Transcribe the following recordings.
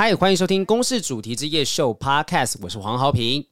嗨，欢迎收听公视主题之夜秀 Podcast， 我是黄豪平。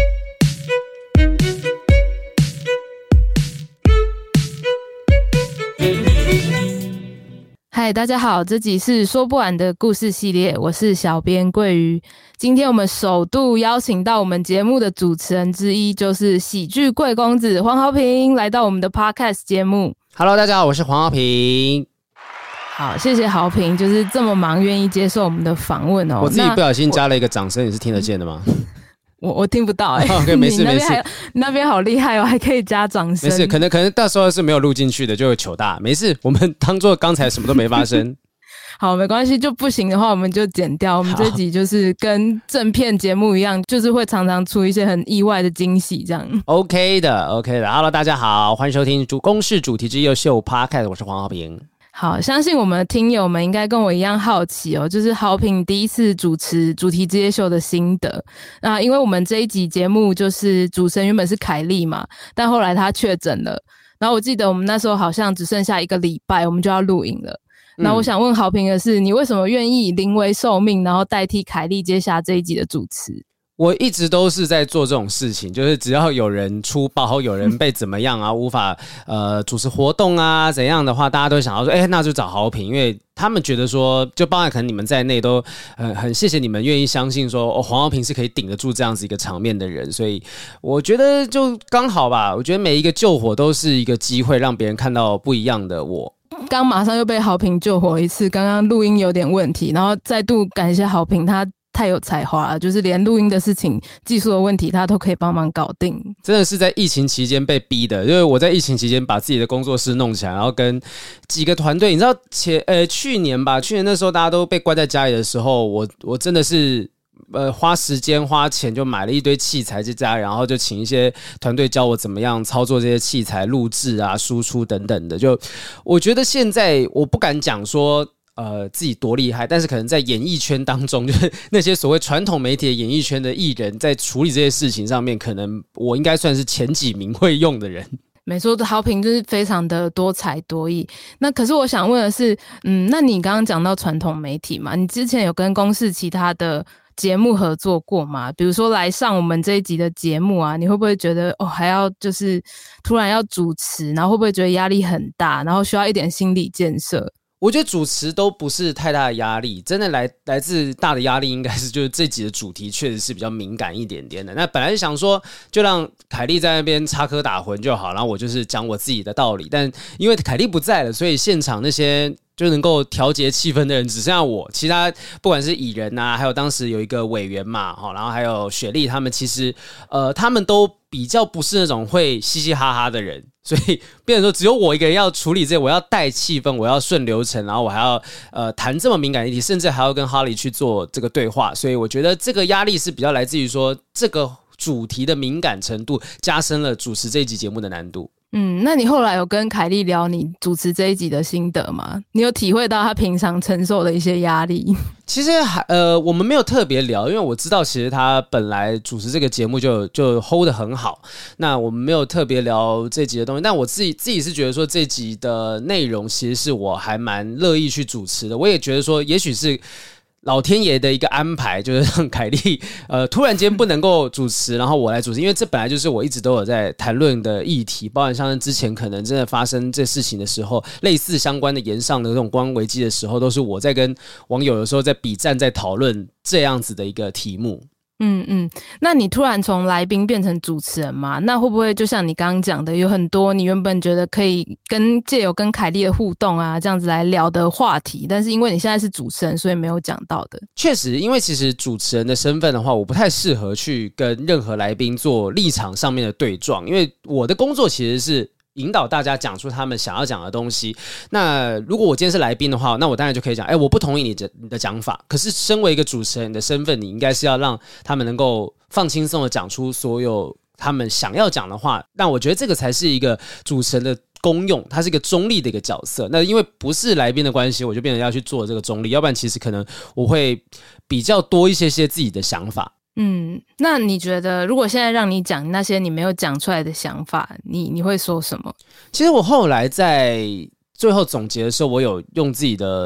嗨，大家好，这集是说不完的故事系列，我是小编桂瑜。今天我们首度邀请到我们节目的主持人之一，就是喜剧贵公子黄豪平，来到我们的 Podcast 节目。 Hello， 大家好，我是黄豪平。 好，谢谢豪平，就是这么忙，愿意接受我们的访问哦。 我自己不小心加了一个掌声，你是听得见的吗？ 我听不到 OK， 没事没事， 那边好厉害哦，还可以加掌声。 没事，可能到时候是没有录进去的，就会糗大。没事，我们当做刚才什么都没发生。 好，没关系，就不行的话我们就剪掉。我们这集就是跟正片节目一样，就是会常常出一些很意外的惊喜这样。 OK 的 Hello， 大家好，欢迎收听公视主题之夜秀 Podcast， 我是黄豪平。 好，相信我们的听友们应该跟我一样好奇哦，就是豪平第一次主持主题之夜秀的心得。那因为我们这一集节目就是主持人原本是凯莉嘛，但后来她确诊了，然后我记得我们那时候好像只剩下1个礼拜我们就要录影了。那我想问豪平的是，你为什么愿意临危受命，然后代替凯莉接下这一集的主持？ 我一直都是在做这种事情，就是只要有人出包，有人被怎么样啊，无法主持活动啊怎样的话，大家都想要说，那就找豪平，因为他们觉得说，就包含可能你们在内都很谢谢你们愿意相信说，黄豪平是可以顶得住这样子一个场面的人，所以我觉得就刚好吧。我觉得每一个救火都是一个机会，让别人看到不一样的我。 刚马上又被豪平救火一次，刚刚录音有点问题，然后再度感谢豪平，他太有才华了，就是连录音的事情、技术的问题，他都可以帮忙搞定。 真的是在疫情期间被逼的，因为我在疫情期间把自己的工作室弄起来，然后跟几个团队，你知道去年那时候大家都被关在家里的时候，我真的是花时间花钱就买了一堆器材在家，然后就请一些团队教我怎么样操作这些器材、录制啊、输出等等的。就我觉得现在我不敢讲说自己多厉害，但是可能在演艺圈当中，就是那些所谓传统媒体的演艺圈的艺人，在处理这些事情上面，可能我应该算是前几名会用的人。 没错，豪平就是非常的多才多艺。那可是我想问的是，那你刚刚讲到传统媒体嘛，你之前有跟公视其他的节目合作过吗？比如说来上我们这一集的节目啊，你会不会觉得还要就是突然要主持，然后会不会觉得压力很大，然后需要一点心理建设？ 我觉得主持都不是太大的压力，真的来自大的压力应该是就是这集的主题确实是比较敏感一点点的。那本来是想说就让凯莉在那边插科打诨就好，然后我就是讲我自己的道理，但因为凯莉不在了，所以现场那些就能够调节气氛的人只剩下我，其他不管是蚁人啊，还有当时有一个委员嘛，然后还有雪莉，他们其实他们都比较不是那种会嘻嘻哈哈的人，所以变成说只有我一个人要处理这些，我要带气氛，我要顺流程，然后我还要谈这么敏感的议题，甚至还要跟哈利去做这个对话，所以我觉得这个压力是比较来自于说这个主题的敏感程度加深了主持这一集节目的难度。 那你后来有跟凯莉聊你主持这一集的心得吗？你有体会到她平常承受的一些压力？ 其实我们没有特别聊，因为我知道其实她本来主持这个节目就 hold 得很好，那我们没有特别聊这集的东西，但我自己是觉得说这集的内容其实是我还蛮乐意去主持的，我也觉得说也许是老天爷的一个安排，就是让凯莉突然间不能够主持，然后我来主持，因为这本来就是我一直都有在谈论的议题，包含像之前可能真的发生这事情的时候，类似相关的延上的这种公安危机的时候，都是我在跟网友有时候在比战，在讨论这样子的一个题目。 那你突然从来宾变成主持人嘛？那会不会就像你刚刚讲的，有很多你原本觉得可以借由跟凯莉的互动啊，这样子来聊的话题，但是因为你现在是主持人，所以没有讲到的。 确实，因为其实主持人的身份的话，我不太适合去跟任何来宾做立场上面的对撞，因为我的工作其实是引导大家讲出他们想要讲的东西。那如果我今天是来宾的话，那我当然就可以讲，我不同意你的讲法。可是身为一个主持人，你的身份，你应该是要让他们能够放轻松的讲出所有他们想要讲的话。那我觉得这个才是一个主持人的功用，它是一个中立的一个角色。那因为不是来宾的关系，我就变成要去做这个中立，要不然其实可能我会比较多一些自己的想法。 那你觉得如果现在让你讲那些你没有讲出来的想法，你会说什么？ 其实我后来在最后总结的时候，我有用自己的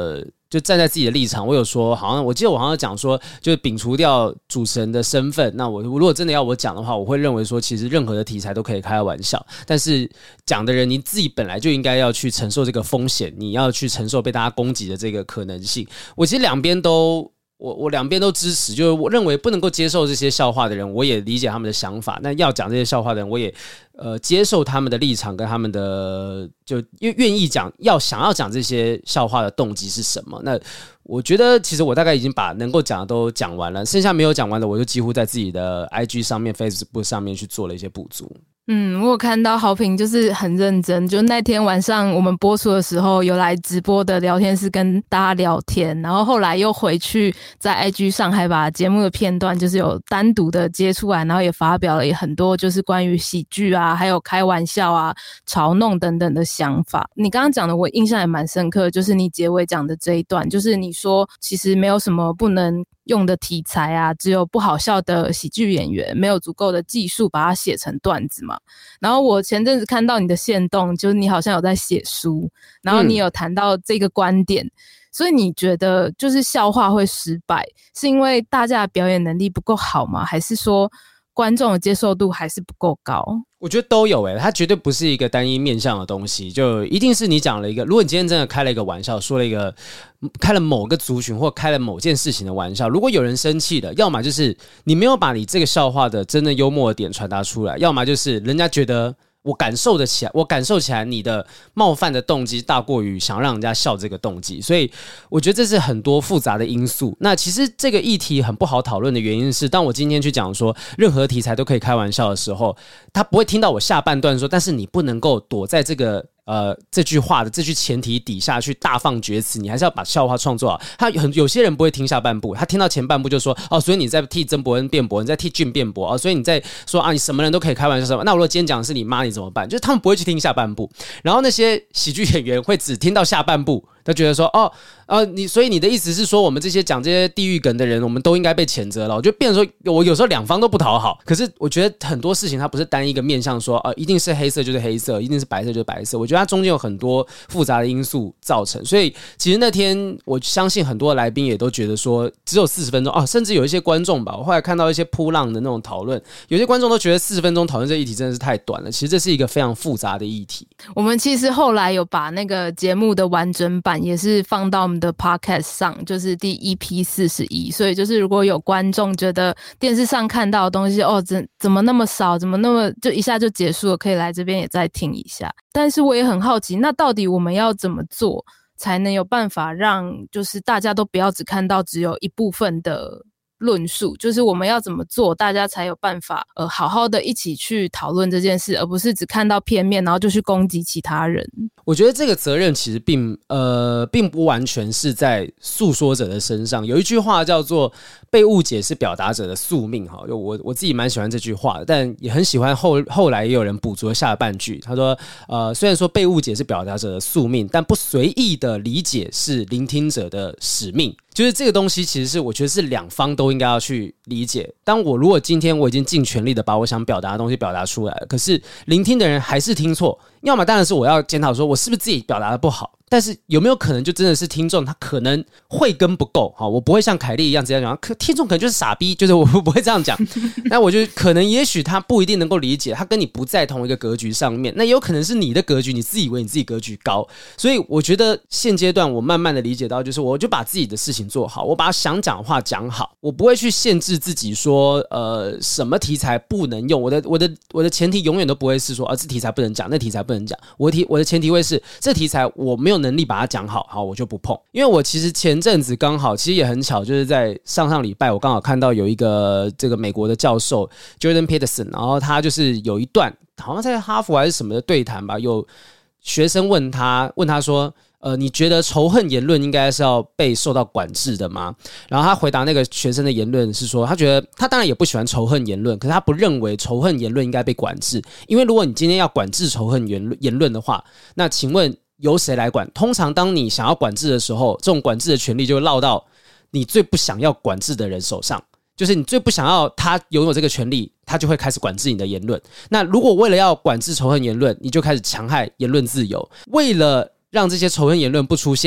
就站在自己的立场，我有说，我记得我好像讲说，就是摒除掉主持人的身份，那我如果真的要我讲的话，我会认为说，其实任何的题材都可以开玩笑，但是讲的人你自己本来就应该要去承受这个风险，你要去承受被大家攻击的这个可能性。我其实两边都。我两边都支持，就是我认为不能够接受这些笑话的人，我也理解他们的想法。那要讲这些笑话的人，我也接受他们的立场跟他们的就愿意讲，想要讲这些笑话的动机是什么。那我觉得其实我大概已经把能够讲的都讲完了，剩下没有讲完的，我就几乎在自己的 IG 上面、Facebook 上面去做了一些补足。 我有看到豪平就是很认真，就那天晚上我们播出的时候有来直播的聊天室跟大家聊天，然后后来又回去在 IG 上还把节目的片段就是有单独的接出来，然后也发表了很多就是关于喜剧啊还有开玩笑啊嘲弄等等的想法。你刚刚讲的我印象也蛮深刻，就是你结尾讲的这一段，就是你说其实没有什么不能用的题材啊，只有不好笑的喜剧演员，没有足够的技术把它写成段子嘛。然后我前阵子看到你的限动，就是你好像有在写书，然后你有谈到这个观点，所以你觉得就是笑话会失败，是因为大家的表演能力不够好吗？还是说观众的接受度还是不够高？ 我觉得都有它绝对不是一个单一面向的东西，就一定是你讲了一个，如果你今天真的开了一个玩笑，说了一个开了某个族群或开了某件事情的玩笑，如果有人生气了，要么就是你没有把你这个笑话的真正幽默的点传达出来，要么就是人家觉得我感受起来你的冒犯的动机大过于想让人家笑这个动机，所以我觉得这是很多复杂的因素。那其实这个议题很不好讨论的原因是，当我今天去讲说任何题材都可以开玩笑的时候，他不会听到我下半段说，但是你不能够躲在这个这句话的这句前提底下去大放厥词，你还是要把笑话创作好。有些人不会听下半部，他听到前半部就说所以你在替曾伯恩辩驳，你在替俊辩驳所以你在说你什么人都可以开玩笑什么。那我如果今天讲的是你妈，你怎么办？就是他们不会去听下半部，然后那些喜剧演员会只听到下半部，他觉得说所以你的意思是说，我们这些讲这些地狱梗的人，我们都应该被谴责了。我就变成说，我有时候两方都不讨好。可是我觉得很多事情它不是单一个面向说，一定是黑色就是黑色，一定是白色就是白色。我觉得它中间有很多复杂的因素造成。所以其实那天我相信很多来宾也都觉得说，只有40分钟甚至有一些观众吧，我后来看到一些噗浪的那种讨论，有些观众都觉得40分钟讨论这个议题真的是太短了。其实这是一个非常复杂的议题。 我们其实后来有把那个节目的完整版也是放到我们的 podcast 上，就是第EP41，所以就是如果有观众觉得电视上看到的东西怎么那么少，怎么那么就一下就结束了，可以来这边也再听一下。但是我也很好奇，那到底我们要怎么做才能有办法让就是大家都不要只看到只有一部分的论述，就是我们要怎么做大家才有办法好好的一起去讨论这件事，而不是只看到片面然后就去攻击其他人。 我觉得这个责任其实并不完全是在诉说者的身上。有一句话叫做被误解是表达者的宿命，我自己蛮喜欢这句话的，但也很喜欢后来也有人补足了下半句，他说虽然说被误解是表达者的宿命，但不随意的理解是聆听者的使命。就是这个东西其实是我觉得是两方都应该要去理解。如果今天我已经尽全力的把我想表达的东西表达出来了，可是聆听的人还是听错，要么当然是我要检讨说我是不是自己表达的不好，但是有没有可能就真的是听众他可能慧根不够，我不会像凯莉一样直接讲听众可能就是傻逼，就是我不会这样讲。那我就可能也许他不一定能够理解，他跟你不在同一个格局上面，那也有可能是你的格局，你自以为你自己格局高。所以我觉得现阶段我慢慢的理解到，就是我就把自己的事情做好，我把想讲的话讲好，我不会去限制自己说什么题材不能用。我的前提永远都不会是说这题材不能讲，那题材不能讲。我的前提会是这题材我没有能力把它讲好，我就不碰。因为我其实前阵子刚好，其实也很巧，就是在上礼拜我刚好看到有一个这个美国的教授 Jordan Peterson， 然后他就是有一段好像在哈佛还是什么的对谈吧，有学生问他说你觉得仇恨言论应该是要被受到管制的吗？然后他回答那个学生的言论是说，他觉得他当然也不喜欢仇恨言论，可是他不认为仇恨言论应该被管制，因为如果你今天要管制仇恨言论的话，那请问由谁来管？通常当你想要管制的时候，这种管制的权利就会落到你最不想要管制的人手上，就是你最不想要他拥有这个权利，他就会开始管制你的言论。那如果为了要管制仇恨言论，你就开始强害言论自由，为了让这些仇恨言论不出现，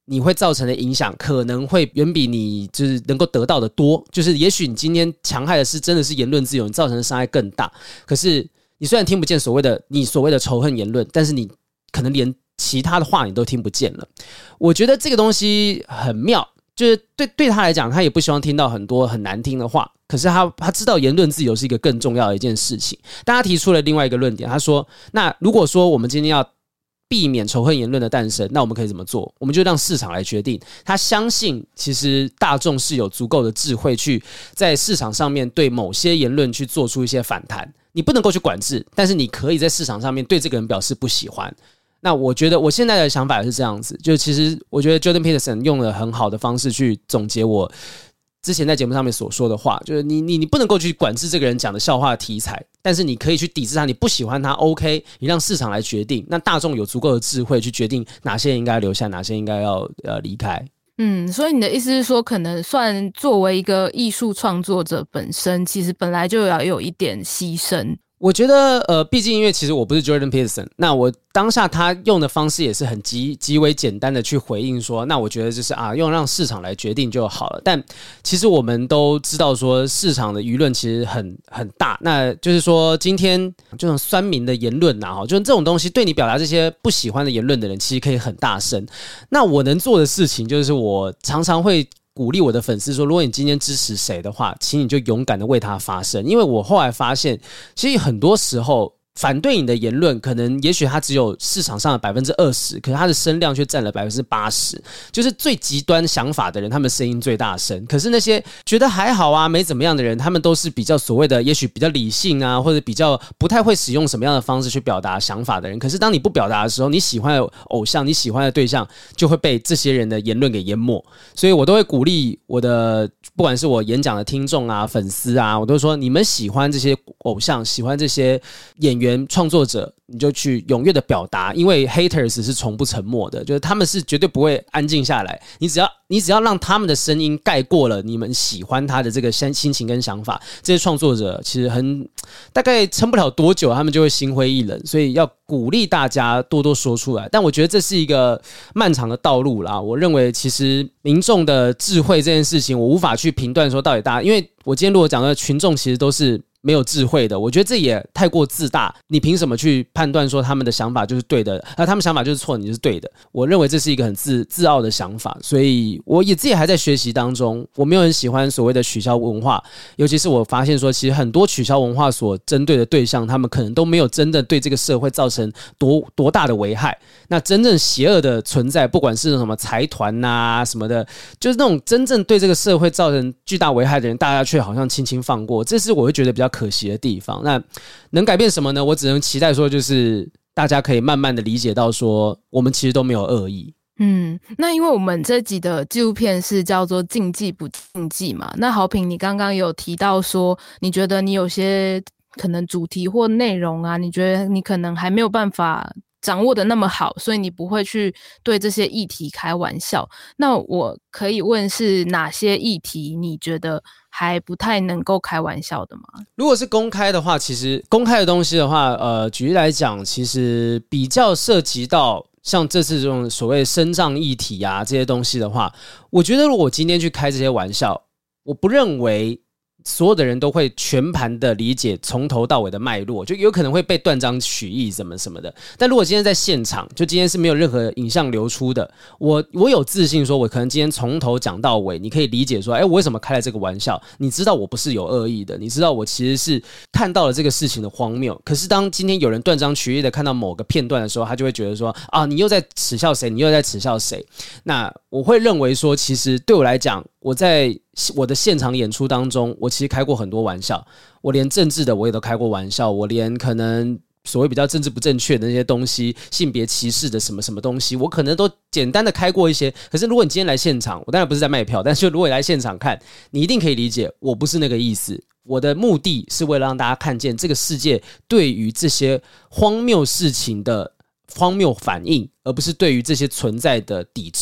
你会造成的影响可能会远比你就是能够得到的多，就是也许你今天强害的是真的是言论自由，你造成的伤害更大，可是你虽然听不见所谓的仇恨言论，但是你可能连其他的话你都听不见了。我觉得这个东西很妙，就是对他来讲，他也不希望听到很多很难听的话，可是他知道言论自由是一个更重要的一件事情。但他提出了另外一个论点，他说那如果说我们今天要避免仇恨言论的诞生，那我们可以怎么做？我们就让市场来决定。他相信其实大众是有足够的智慧去在市场上面对某些言论去做出一些反弹，你不能够去管制，但是你可以在市场上面对这个人表示不喜欢。那我觉得我现在的想法也是这样子，就其实我觉得 Jordan Peterson 用了很好的方式去总结我之前在节目上面所说的话，就是你不能够去管制这个人讲的笑话的题材，但是你可以去抵制他，你不喜欢他 OK， 你让市场来决定，那大众有足够的智慧去决定哪些应该留下，哪些应该要离开。 所以你的意思是说，可能算作为一个艺术创作者本身，其实本来就要有一点牺牲。 我觉得毕竟因为其实我不是 Jordan Peterson， 那我当下他用的方式也是很极为简单的去回应说，那我觉得就是用让市场来决定就好了。但其实我们都知道说市场的舆论其实很大，那就是说今天这种酸民的言论就是这种东西对你表达这些不喜欢的言论的人其实可以很大声。那我能做的事情就是我常常会鼓励我的粉丝说，如果你今天支持谁的话，请你就勇敢的为他发声。因为我后来发现，其实很多时候反对你的言论，可能也许它只有市场上的 20%， 可是它的声量却占了 80%。就是最极端想法的人，他们声音最大声。可是那些觉得还好没怎么样的人，他们都是比较所谓的也许比较理性或者比较不太会使用什么样的方式去表达想法的人。可是当你不表达的时候，你喜欢的偶像，你喜欢的对象就会被这些人的言论给淹没。所以我都会鼓励我的，不管是我演讲的听众粉丝我都说，你们喜欢这些偶像，喜欢这些演员创作者，你就去踊跃的表达，因为 haters 是从不沉默的，就是他们是绝对不会安静下来。你只要让他们的声音盖过了你们喜欢他的这个心情跟想法，这些创作者其实大概撑不了多久，他们就会心灰意冷。所以要鼓励大家多多说出来，但我觉得这是一个漫长的道路啦。我认为其实民众的智慧这件事情，我无法去评断说到底大家，因为我今天如果讲的群众其实都是没有智慧的，我觉得这也太过自大。你凭什么去判断说他们的想法就是对的，他们想法就是错，你就是对的？我认为这是一个很自傲的想法，所以我也自己还在学习当中。我没有很喜欢所谓的取消文化，尤其是我发现说，其实很多取消文化所针对的对象，他们可能都没有真的对这个社会造成多大的危害。那真正邪恶的存在，不管是什么财团什么的，就是那种真正对这个社会造成巨大危害的人，大家却好像轻轻放过，这是我会觉得比较可惜的地方。那能改变什么呢？我只能期待说，就是大家可以慢慢的理解到说，我们其实都没有恶意。 那因为我们这集的纪录片是叫做禁忌不禁忌嘛，那豪平你刚刚有提到说，你觉得你有些可能主题或内容你觉得你可能还没有办法掌握的那么好，所以你不会去对这些议题开玩笑。那我可以问是哪些议题你觉得还不太能够开玩笑的吗？ 如果是公开的话，其实公开的东西的话，举例来讲，其实比较涉及到像这次这种所谓身障议题这些东西的话，我觉得如果我今天去开这些玩笑，我不认为所有的人都会全盘的理解从头到尾的脉络，就有可能会被断章取义什么的。但如果今天在现场，就今天是没有任何影像流出的，我有自信说，我可能今天从头讲到尾，你可以理解说，我为什么开了这个玩笑？你知道我不是有恶意的，你知道我其实是看到了这个事情的荒谬。可是当今天有人断章取义的看到某个片段的时候，他就会觉得说，你又在耻笑谁？你又在耻笑谁？那我会认为说，其实对我来讲，我在我的现场演出当中，我其实开过很多玩笑，我连政治的我也都开过玩笑，我连可能所谓比较政治不正确的那些东西，性别歧视的什么东西，我可能都简单的开过一些。可是如果你今天来现场，我当然不是在卖票，但是如果你来现场看，你一定可以理解我不是那个意思。我的目的是为了让大家看见这个世界对于这些荒谬事情的荒谬反应，而不是对于这些存在的抵制。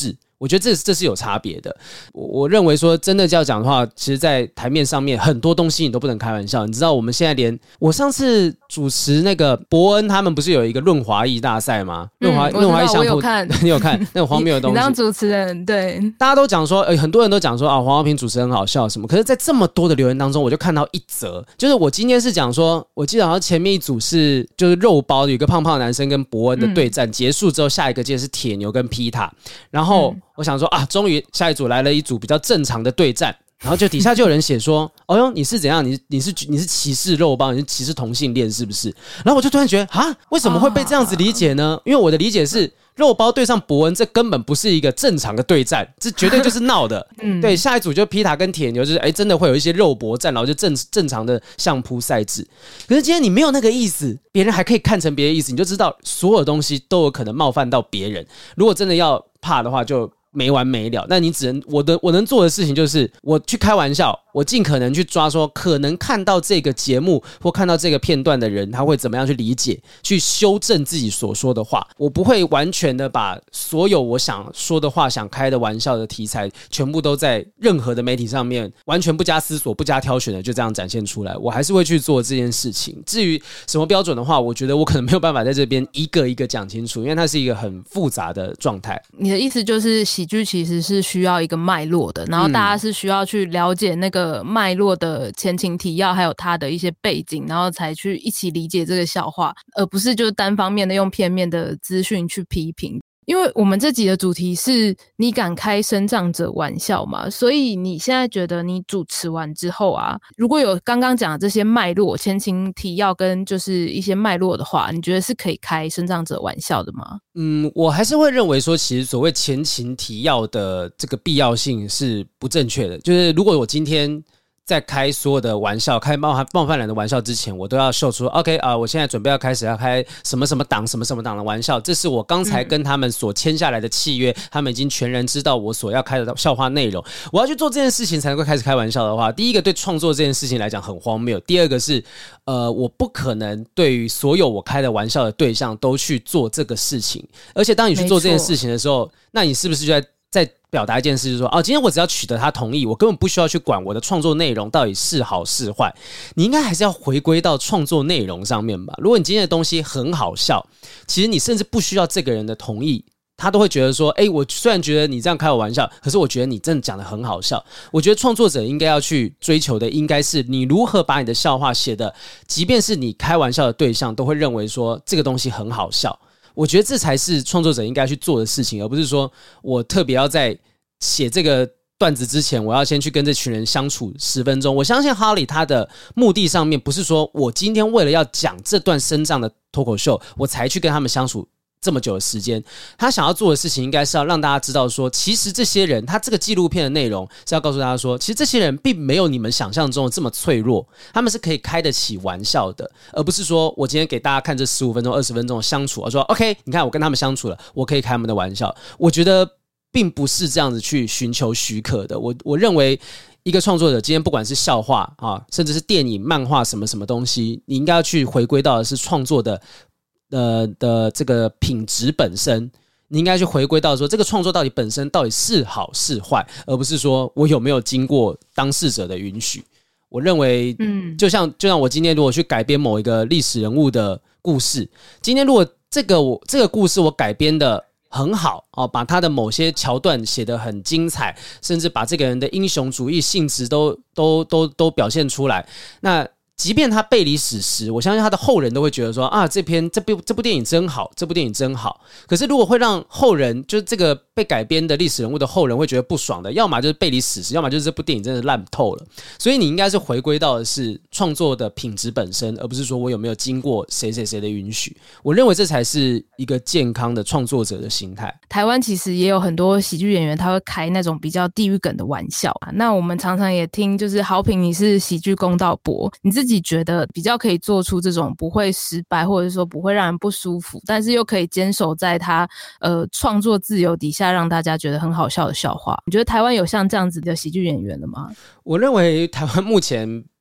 我觉得这是有差别的。我认为说真的要讲的话，其实在台面上面很多东西你都不能开玩笑。你知道我们现在我上次主持那个伯恩他们不是有一个润滑液大赛吗？润滑液相扑，你有看那种荒谬的东西？ 你当主持人，对， 大家都讲说，很多人都讲说啊，黄豪平主持很好笑什么。可是，在这么多的留言当中，我就看到一则，就是我今天是讲说，我记得好像前面一组就是肉包，有一个胖胖的男生跟伯恩的对战结束之后，下一个届是铁牛跟皮塔，然后我想说啊，终于下一组来了一组比较正常的对战。然后就底下就有人写说，哦哟，你是怎样？你是歧视肉包，你是歧视同性恋是不是？然后我就突然觉得啊，为什么会被这样子理解呢？因为我的理解是，肉包对上伯恩，这根本不是一个正常的对战，这绝对就是闹的。对，下一组就皮塔跟铁牛，就是真的会有一些肉搏战，然后就正常的相扑赛制。可是今天你没有那个意思，别人还可以看成别的意思，你就知道所有东西都有可能冒犯到别人。如果真的要怕的话，就没完没了。那你只能我能做的事情就是我去开玩笑，我尽可能去抓说可能看到这个节目或看到这个片段的人他会怎么样去理解，去修正自己所说的话。我不会完全的把所有我想说的话想开的玩笑的题材全部都在任何的媒体上面完全不加思索不加挑选的就这样展现出来，我还是会去做这件事情。至于什么标准的话，我觉得我可能没有办法在这边一个一个讲清楚，因为它是一个很复杂的状态。 你的意思就是喜剧其实是需要一个脉络的，然后大家是需要去了解那个脉络的前情提要还有它的一些背景，然后才去一起理解这个笑话，而不是就单方面的用片面的资讯去批评。因为我们这集的主题是你敢开身障者玩笑嘛，所以你现在觉得你主持完之后啊，如果有刚刚讲的这些脉络前情提要跟就是一些脉络的话，你觉得是可以开身障者玩笑的吗？ 我还是会认为说其实所谓前情提要的这个必要性是不正确的。就是如果我今天在开所有的玩笑，开冒犯人的玩笑之前，我都要秀出 OK 我现在准备要开始要开什么什么档什么什么档的玩笑，这是我刚才跟他们所签下来的契约，他们已经全然知道我所要开的笑话内容。我要去做这件事情才能够开始开玩笑的话，第一个对创作这件事情来讲很荒谬，第二个是我不可能对于所有我开的玩笑的对象都去做这个事情。而且当你去做这件事情的时候，那你是不是就在表达一件事，就是说今天我只要取得他同意，我根本不需要去管我的创作内容到底是好是坏。你应该还是要回归到创作内容上面吧。如果你今天的东西很好笑，其实你甚至不需要这个人的同意，他都会觉得说我虽然觉得你这样开我玩笑，可是我觉得你真的讲得很好笑。我觉得创作者应该要去追求的应该是你如何把你的笑话写的，即便是你开玩笑的对象都会认为说这个东西很好笑。我觉得这才是创作者应该去做的事情，而不是说我特别要在写这个段子之前，我要先去跟这群人相处10分钟。我相信哈利他的目的上面不是说我今天为了要讲这段身障的脱口秀，我才去跟他们相处这么久的时间。他想要做的事情应该是要让大家知道说，其实这些人，他这个纪录片的内容是要告诉大家说，其实这些人并没有你们想象中的这么脆弱，他们是可以开得起玩笑的，而不是说我今天给大家看这15分钟20分钟的相处，我说 OK 你看我跟他们相处了，我可以开他们的玩笑。我觉得并不是这样子去寻求许可的。我认为一个创作者今天不管是笑话甚至是电影漫画什么什么东西，你应该要去回归到的是创作的这个品质本身。你应该去回归到说这个创作到底本身到底是好是坏，而不是说我有没有经过当事者的允许。我认为就像我今天如果去改编某一个历史人物的故事，今天如果这个故事我改编的很好把他的某些桥段写得很精彩，甚至把这个人的英雄主义性质都表现出来，那即便他背离史实，我相信他的后人都会觉得说这部电影真好，这部电影真好。可是如果会让后人，就是这个被改编的历史人物的后人会觉得不爽的，要么就是背离史实，要么就是这部电影真的烂透了。所以你应该是回归到的是创作的品质本身，而不是说我有没有经过谁谁谁的允许。我认为这才是一个健康的创作者的心态。 台湾其实也有很多喜剧演员他会开那种比较地狱梗的玩笑那我们常常也听，就是豪平你是喜剧公道伯，你自己觉得比较可以做出这种不会失败或者说不会让人不舒服，但是又可以坚守在他创作自由底下让大家觉得很好笑的笑话，你觉得台湾有像这样子的喜剧演员了吗？ 我认为台湾目前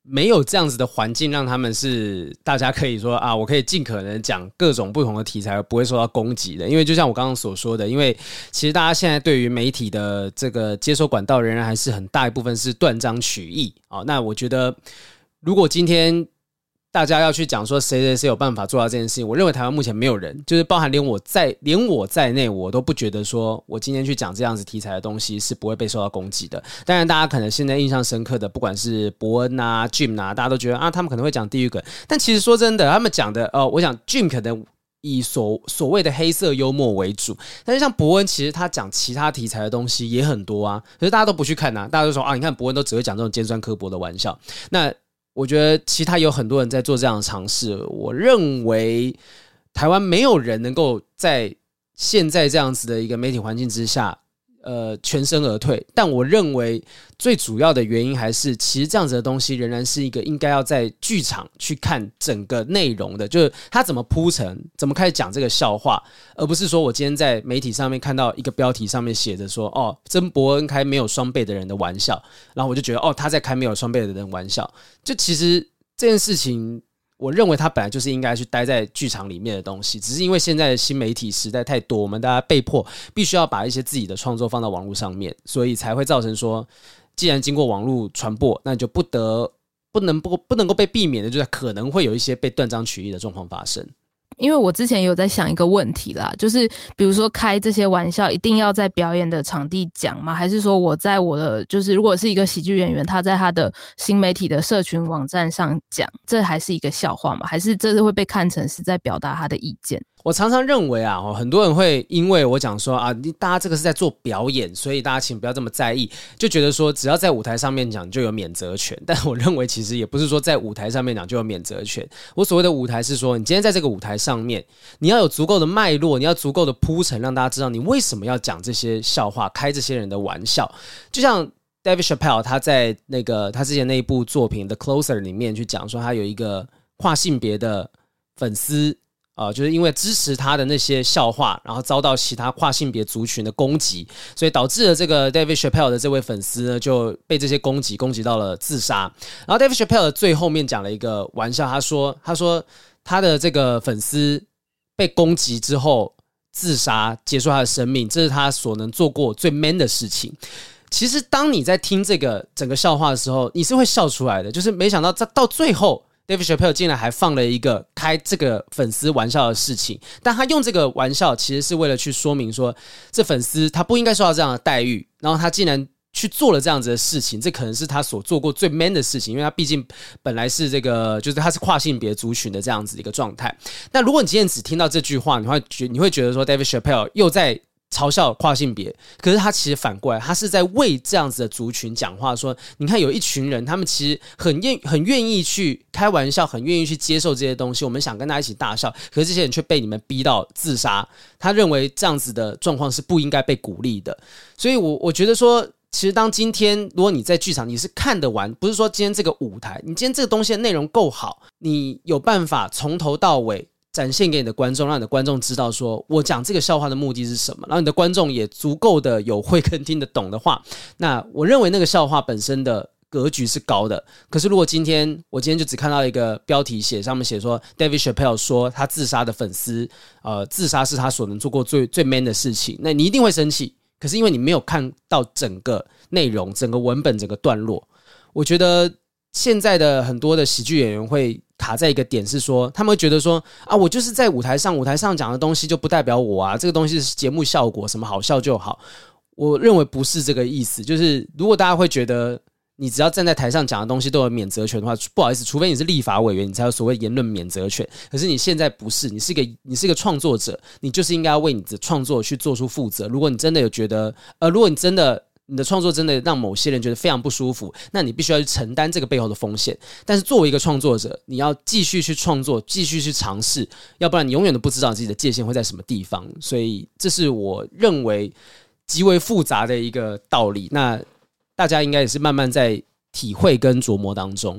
没有这样子的环境，让他们是大家可以说啊，我可以尽可能讲各种不同的题材，不会受到攻击的。因为就像我刚刚所说的，因为其实大家现在对于媒体的这个接收管道，仍然还是很大一部分是断章取义啊。那我觉得，如果今天大家要去讲说谁谁谁有办法做到这件事情，我认为台湾目前没有人，就是包含连我在内，我都不觉得说我今天去讲这样子题材的东西是不会被受到攻击的。当然，大家可能现在印象深刻的，不管是伯恩啊、Jim 啊，大家都觉得啊，他们可能会讲地狱梗，但其实说真的，他们讲的我想 Jim 可能以所谓的黑色幽默为主，但是像伯恩，其实他讲其他题材的东西也很多啊，可是大家都不去看啊，大家都说啊，你看伯恩都只会讲这种尖酸刻薄的玩笑，那我觉得其他有很多人在做这样的尝试，我认为台湾没有人能够在现在这样子的一个媒体环境之下全身而退，但我认为最主要的原因还是其实这样子的东西仍然是一个应该要在剧场去看整个内容的，就是他怎么铺陈，怎么开始讲这个笑话，而不是说我今天在媒体上面看到一个标题上面写着说哦，曾伯恩开没有双倍的人的玩笑，然后我就觉得哦，他在开没有双倍的人的玩笑，就其实这件事情我认为它本来就是应该去待在剧场里面的东西，只是因为现在的新媒体时代太多，我们大家被迫必须要把一些自己的创作放到网络上面，所以才会造成说，既然经过网络传播，那你就不能够被避免的，就是可能会有一些被断章取义的状况发生。 因为我之前有在想一个问题啦，就是比如说开这些玩笑一定要在表演的场地讲吗？还是说我在我的就是如果是一个喜剧演员，他在他的新媒体的社群网站上讲，这还是一个笑话吗？还是这是会被看成是在表达他的意见？ 我常常认为啊，很多人会因为我讲说啊，大家这个是在做表演，所以大家请不要这么在意，就觉得说只要在舞台上面讲就有免责权。但我认为其实也不是说在舞台上面讲就有免责权。我所谓的舞台是说，你今天在这个舞台上面，你要有足够的脉络，你要足够的铺陈，让大家知道你为什么要讲这些笑话，开这些人的玩笑。就像 David Chappelle 他在他之前那一部作品 The Closer 里面去讲说，他有一个跨性别的粉丝。就是因为支持他的那些笑话，然后遭到其他跨性别族群的攻击，所以导致了这个 David Chappelle 的这位粉丝呢就被这些攻击到了自杀。然后 David Chappelle 最后面讲了一个玩笑，他说他的这个粉丝被攻击之后自杀，结束他的生命，这是他所能做过最 man 的事情。其实当你在听这个整个笑话的时候，你是会笑出来的，就是没想到到最后David Chappelle 竟然还放了一个开这个粉丝玩笑的事情，但他用这个玩笑其实是为了去说明说，这粉丝他不应该受到这样的待遇，然后他竟然去做了这样子的事情，这可能是他所做过最 man 的事情，因为他毕竟本来是就是他是跨性别族群的这样子的一个状态。那如果你今天只听到这句话，你会觉得说 David Chappelle 又在嘲笑跨性别，可是他其实反过来，他是在为这样子的族群讲话，说你看有一群人，他们其实很愿意去开玩笑，很愿意去接受这些东西，我们想跟他一起大笑，可是这些人却被你们逼到自杀。他认为这样子的状况是不应该被鼓励的，所以我觉得说，其实当今天如果你在剧场你是看得完，不是说今天这个舞台，你今天这个东西的内容够好，你有办法从头到尾展现给你的观众，让你的观众知道说我讲这个笑话的目的是什么，然后你的观众也足够的有慧根听得懂的话，那我认为那个笑话本身的格局是高的。可是如果我今天就只看到一个标题上面写说 David Chappelle 说他自杀的粉丝自杀是他所能做过最 man 的事情，那你一定会生气。可是因为你没有看到整个内容、整个文本、整个段落，我觉得现在的很多的喜剧演员会卡在一个点，是说他们会觉得说啊，我就是在舞台上讲的东西就不代表我啊，这个东西是节目效果，什么好笑就好。我认为不是这个意思，就是如果大家会觉得你只要站在台上讲的东西都有免责权的话，不好意思，除非你是立法委员，你才有所谓言论免责权。可是你现在不是，你是一个创作者，你就是应该要为你的创作去做出负责。如果你真的有觉得如果你的创作真的让某些人觉得非常不舒服，那你必须要去承担这个背后的风险。但是作为一个创作者，你要继续去创作，继续去尝试，要不然你永远都不知道自己的界限会在什么地方。所以这是我认为极为复杂的一个道理，那大家应该也是慢慢在体会跟琢磨当中。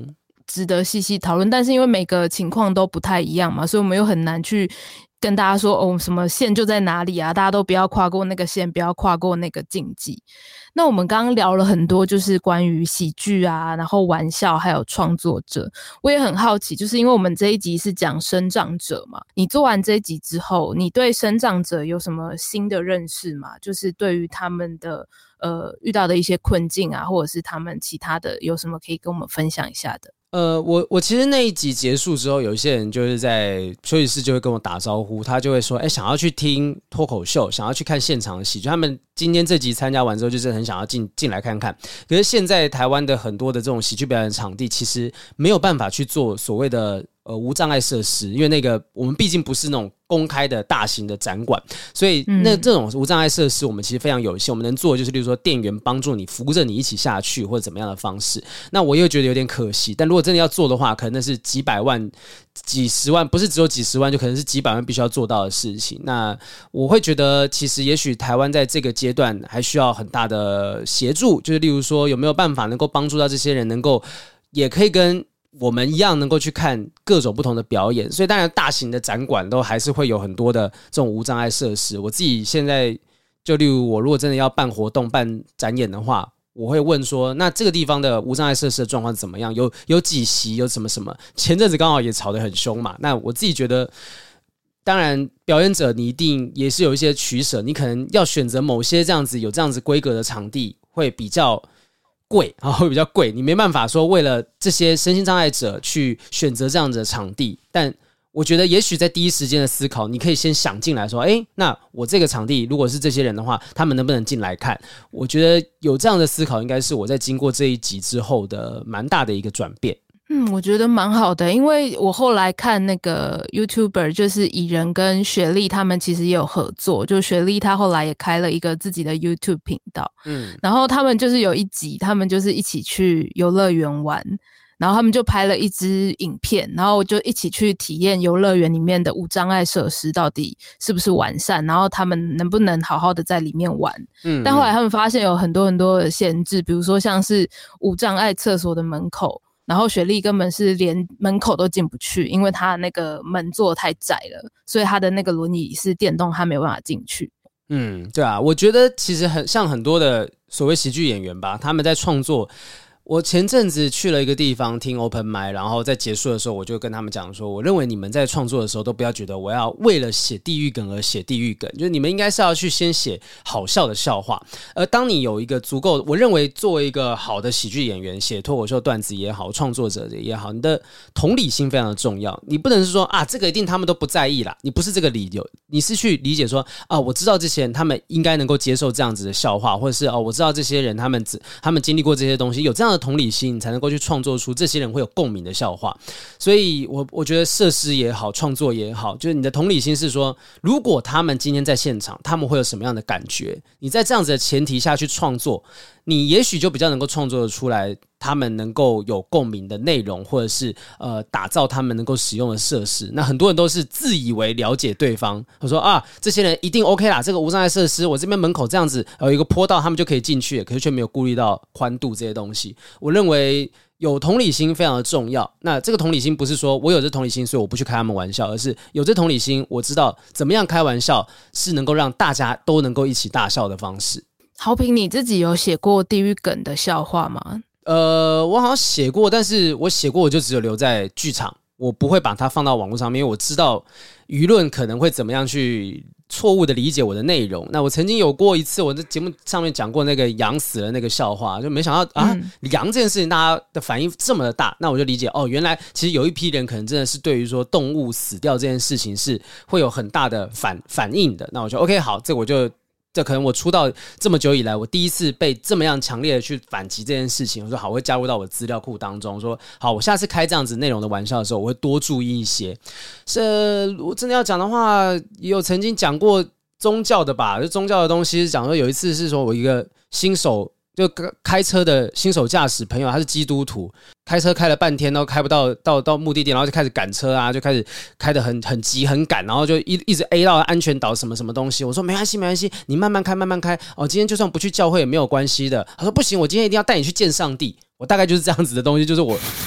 值得细细讨论，但是因为每个情况都不太一样嘛，所以我们又很难去跟大家说什么线就在哪里啊，大家都不要跨过那个线，不要跨过那个禁忌。那我们刚刚聊了很多就是关于喜剧啊，然后玩笑还有创作者，我也很好奇，就是因为我们这一集是讲身障者嘛，你做完这一集之后，你对身障者有什么新的认识吗？就是对于他们的遇到的一些困境啊，或者是他们其他的有什么可以跟我们分享一下的？ 我其实那一集结束之后，有一些人就是在休息室就会跟我打招呼，他就会说，想要去听脱口秀，想要去看现场的喜剧，他们今天这集参加完之后，就是很想要进来看看。可是现在台湾的很多的这种喜剧表演场地，其实没有办法去做所谓的无障碍设施，因为那个我们毕竟不是那种公开的大型的展馆，所以这种无障碍设施我们其实非常有限，我们能做的就是例如说店员帮助你扶着你一起下去或者怎么样的方式。那我又觉得有点可惜，但如果真的要做的话，可能那是几百万几十万，不是只有几十万，就可能是几百万必须要做到的事情。那我会觉得其实也许台湾在这个阶段还需要很大的协助，就是例如说有没有办法能够帮助到这些人能够也可以跟我们一样能够去看各种不同的表演。所以当然大型的展馆都还是会有很多的这种无障碍设施。我自己现在就例如我如果真的要办活动办展演的话，我会问说那这个地方的无障碍设施的状况怎么样，有几席，有什么什么。前阵子刚好也吵得很凶嘛，那我自己觉得当然表演者你一定也是有一些取舍，你可能要选择某些这样子有这样子规格的场地会比较贵，会比较贵，你没办法说为了这些身心障碍者去选择这样子的场地。但我觉得也许在第一时间的思考，你可以先想进来说那我这个场地如果是这些人的话，他们能不能进来看。我觉得有这样的思考应该是我在经过这一集之后的蛮大的一个转变。 我觉得蛮好的，因为我后来看那个 YouTuber 就是蚁人跟雪莉他们其实也有合作，就雪莉她后来也开了一个自己的 YouTube 频道，然后他们就是有一集他们就是一起去游乐园玩，然后他们就拍了一支影片，然后就一起去体验游乐园里面的无障碍设施到底是不是完善，然后他们能不能好好的在里面玩。但后来他们发现有很多很多的限制，比如说像是无障碍厕所的门口，然后雪莉根本是连门口都进不去，因为她那个门做太窄了，所以她的那个轮椅是电动，她没有办法进去。 对啊，我觉得其实像很多的所谓喜剧演员吧，他们在创作。我前阵子去了一个地方听 Open Mic， 然后在结束的时候我就跟他们讲说，我认为你们在创作的时候都不要觉得我要为了写地狱梗而写地狱梗，就是你们应该是要去先写好笑的笑话。而当你有一个足够，我认为作为一个好的喜剧演员，写脱口秀段子也好，创作者也好，你的同理心非常的重要。你不能是说这个一定他们都不在意啦，你不是这个理由，你是去理解说我知道这些人他们应该能够接受这样子的笑话，或者是我知道这些人他们经历过这些东西，有这样的同理心，你才能够去创作出这些人会有共鸣的笑话。所以我觉得设施也好，创作也好，就是你的同理心是说，如果他们今天在现场，他们会有什么样的感觉？你在这样子的前提下去创作，你也许就比较能够创作得出来他们能够有共鸣的内容，或者是打造他们能够使用的设施。那很多人都是自以为了解对方，他说这些人一定 OK 啦，这个无障碍设施我这边门口这样子有一个坡道他们就可以进去，可是却没有顾虑到宽度这些东西。我认为有同理心非常的重要。那这个同理心不是说我有这同理心所以我不去开他们玩笑，而是有这同理心我知道怎么样开玩笑是能够让大家都能够一起大笑的方式。 豪平，你自己有写过地狱梗的笑话吗？ 我好像写过，但是我写过我就只有留在剧场，我不会把它放到网络上面，因为我知道舆论可能会怎么样去错误的理解我的内容。那我曾经有过一次我在节目上面讲过那个羊死了那个笑话，就没想到羊这件事情大家的反应这么的大，那我就理解原来其实有一批人可能真的是对于说动物死掉这件事情是会有很大的反应的。那我就 OK 好，这可能我出道这么久以来，我第一次被这么样强烈的去反击这件事情。我说好，我会加入到我的资料库当中。说好，我下次开这样子内容的玩笑的时候，我会多注意一些。我真的要讲的话，也有曾经讲过宗教的吧，就宗教的东西，讲说有一次是说我一个新手。就开车的新手驾驶朋友，他是基督徒，开车开了半天都开不到目的地，然后就开始赶车就开始开得很急很赶，然后就一直 A 到安全岛什么什么东西。我说没关系，你慢慢开慢慢开今天就算不去教会也没有关系的。他说不行，我今天一定要带你去见上帝。我大概就是这样子的东西，就是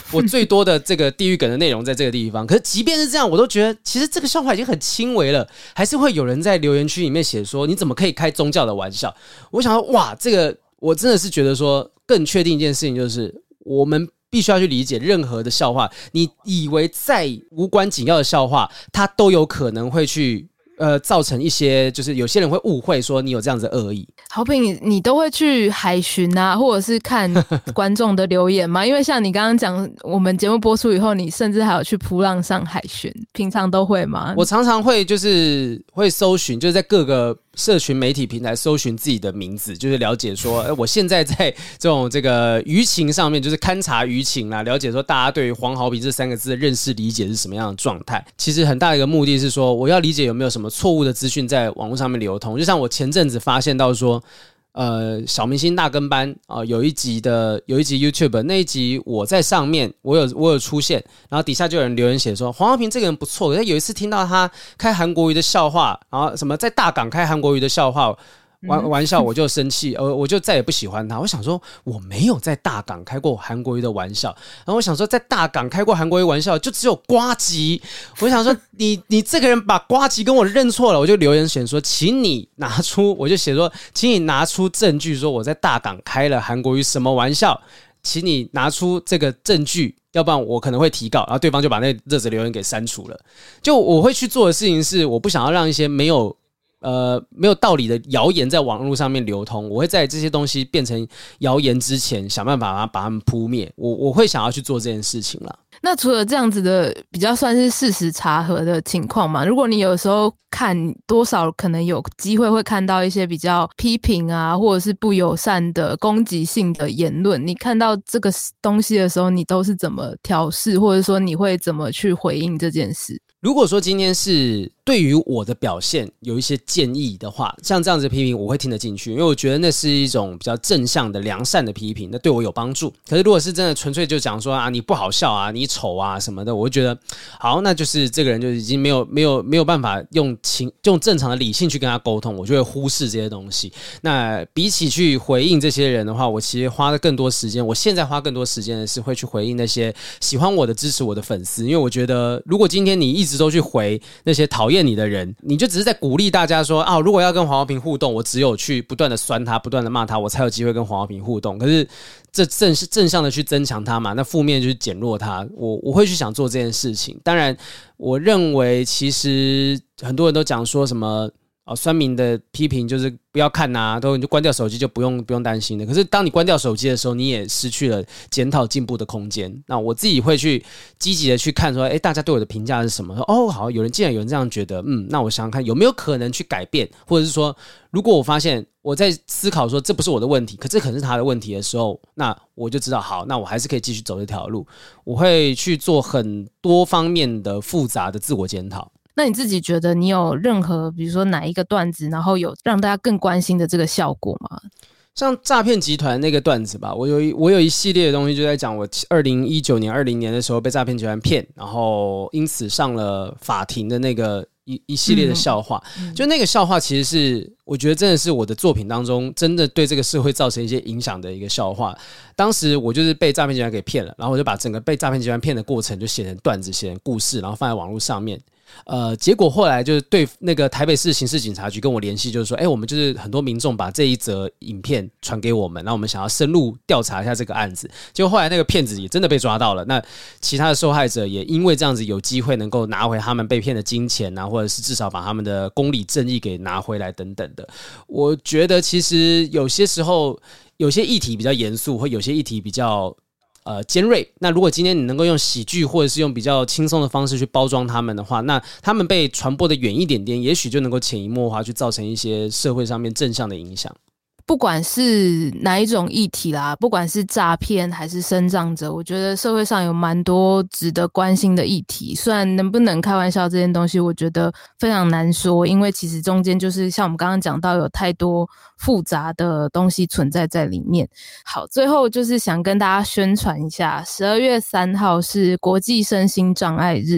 我最多的这个地狱梗的内容在这个地方。可是即便是这样，我都觉得其实这个笑话已经很轻微了，还是会有人在留言区里面写说你怎么可以开宗教的玩笑。我想说哇，这个我真的是觉得说更确定一件事情，就是我们必须要去理解任何的笑话，你以为再无关紧要的笑话，它都有可能会去造成一些，就是有些人会误会说你有这样子的恶意。 豪平，你都会去海巡啊，或者是看观众的留言吗？因为像你刚刚讲，我们节目播出以后，你甚至还有去噗浪上海巡，平常都会吗？ 我常常会就是会搜寻，就是在各个社群媒体平台搜寻自己的名字，就是了解说，我现在在这个舆情上面，就是勘察舆情啦，了解说大家对于黄豪平这3个字的认识理解是什么样的状态。其实很大的一个目的是说，我要理解有没有什么错误的资讯在网络上面流通。就像我前阵子发现到说，小明星大跟班有一集 YouTube 那一集我在上面我有出现，然后底下就有人留言写说黄豪平这个人不错，可是有一次听到他开韩国瑜的笑话，然后什么在大港开韩国瑜的笑话玩笑，我就生气，我就再也不喜欢他。我想说我没有在大港开过韩国瑜的玩笑，然后我想说在大港开过韩国瑜玩笑就只有呱吉。我想说你这个人把呱吉跟我认错了，我就留言选说请你拿出，我就写说请你拿出证据说我在大港开了韩国瑜什么玩笑，请你拿出这个证据，要不然我可能会提告。然后对方就把那热则留言给删除了。就我会去做的事情是，我不想要让一些没有道理的谣言在网络上面流通，我会在这些东西变成谣言之前想办法把它们扑灭。我会想要去做这件事情啦。 那除了这样子的比较算是事实查核的情况嘛，如果你有时候看多少可能有机会会看到一些比较批评啊，或者是不友善的攻击性的言论，你看到这个东西的时候，你都是怎么调试，或者说你会怎么去回应这件事？ 如果说今天是对于我的表现有一些建议的话，像这样子的批评我会听得进去，因为我觉得那是一种比较正向的良善的批评，那对我有帮助。可是如果是真的纯粹就讲说啊你不好笑啊你丑啊什么的，我会觉得好，那就是这个人就已经没有办法用正常的理性去跟他沟通，我就会忽视这些东西。那比起去回应这些人的话，我其实花了更多时间，我现在花更多时间的是会去回应那些喜欢我的支持我的粉丝。因为我觉得如果今天你一直都去回那些讨厌你的人，你就只是在鼓励大家说如果要跟黄豪平互动，我只有去不断的酸他不断的骂他，我才有机会跟黄豪平互动。可是这正向的去增强他嘛，那负面就是减弱他。我会去想做这件事情。当然我认为其实很多人都讲说什么酸民的批评就是不要看啊，你就关掉手机就不用担心的。可是当你关掉手机的时候，你也失去了检讨进步的空间。那我自己会去积极的去看说大家对我的评价是什么，说好，既然有人这样觉得，那我想想看有没有可能去改变，或者是说如果我发现我在思考说这不是我的问题，可这可能是他的问题的时候，那我就知道好，那我还是可以继续走这条路。我会去做很多方面的复杂的自我检讨。 那你自己觉得你有任何比如说哪一个段子然后有让大家更关心的这个效果吗？ 像诈骗集团那个段子吧，我有一系列的东西就在讲我2019年20年的时候被诈骗集团骗，然后因此上了法庭的那个一系列的笑话。就那个笑话其实是我觉得真的是我的作品当中真的对这个社会造成一些影响的一个笑话。当时我就是被诈骗集团给骗了，然后我就把整个被诈骗集团骗的过程就写成段子写成故事，然后放在网络上面。结果后来就是对那个台北市刑事警察局跟我联系，就是说我们就是很多民众把这一则影片传给我们，然后我们想要深入调查一下这个案子。结果后来那个骗子也真的被抓到了，那其他的受害者也因为这样子有机会能够拿回他们被骗的金钱啊，或者是至少把他们的公理正义给拿回来等等的。我觉得其实有些时候有些议题比较严肃，或有些议题比较尖锐，那如果今天你能够用喜剧或者是用比较轻松的方式去包装他们的话，那他们被传播的远一点点，也许就能够潜移默化去造成一些社会上面正向的影响。 不管是哪一种议题啦，不管是诈骗还是身障者，我觉得社会上有蛮多值得关心的议题。虽然能不能开玩笑这件东西我觉得非常难说，因为其实中间就是像我们刚刚讲到有太多复杂的东西存在在里面。好，最后就是想跟大家宣传一下，12月3号是国际身心障碍日。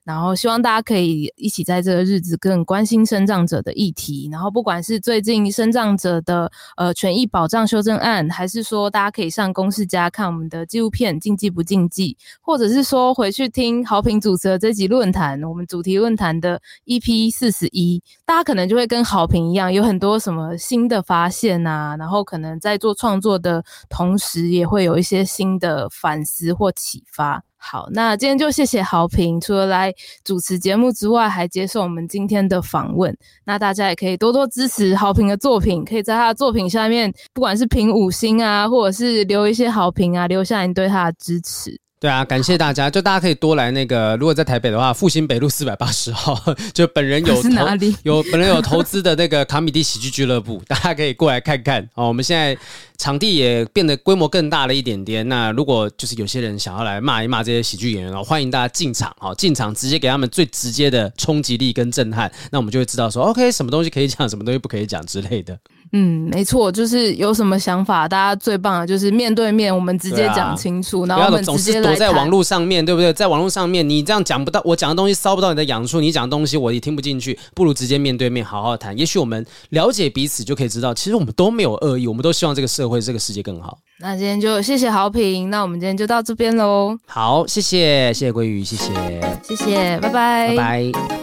然后希望大家可以一起在这个日子更关心身障者的议题，然后不管是最近身障者的权益保障修正案，还是说大家可以上公视家看我们的纪录片禁忌不禁忌，或者是说回去听豪平主持的这集论坛，我们主题论坛的 EP41， 大家可能就会跟豪平一样有很多什么新的发现啊，然后可能在做创作的同时也会有一些新的反思或启发。好，那今天就谢谢豪平，除了来主持节目之外，还接受我们今天的访问。那大家也可以多多支持豪平的作品，可以在他的作品下面，不管是评5星啊，或者是留一些好评啊，留下你对他的支持。 对啊，感谢大家，就大家可以多来那个，如果在台北的话，复兴北路480号，就本人有本人有投资的那个卡米蒂喜剧俱乐部，大家可以过来看看哦。我们现在场地也变得规模更大了一点点。那如果就是有些人想要来骂一骂这些喜剧演员哦，欢迎大家进场哦，进场直接给他们最直接的冲击力跟震撼，那我们就会知道说 ，OK， 什么东西可以讲，什么东西不可以讲之类的。 没错，就是有什么想法，大家最棒的就是面对面，我们直接讲清楚，然后我们直接来谈。不要总是躲在网络上面，对不对？在网络上面，你这样讲不到，我讲的东西烧不到你的痒处，你讲的东西我也听不进去，不如直接面对面好好谈。也许我们了解彼此，就可以知道，其实我们都没有恶意，我们都希望这个社会、这个世界更好。 那今天就谢谢豪平，那我们今天就到这边喽。 好，谢谢鲑鱼，谢谢， 拜拜， 拜拜。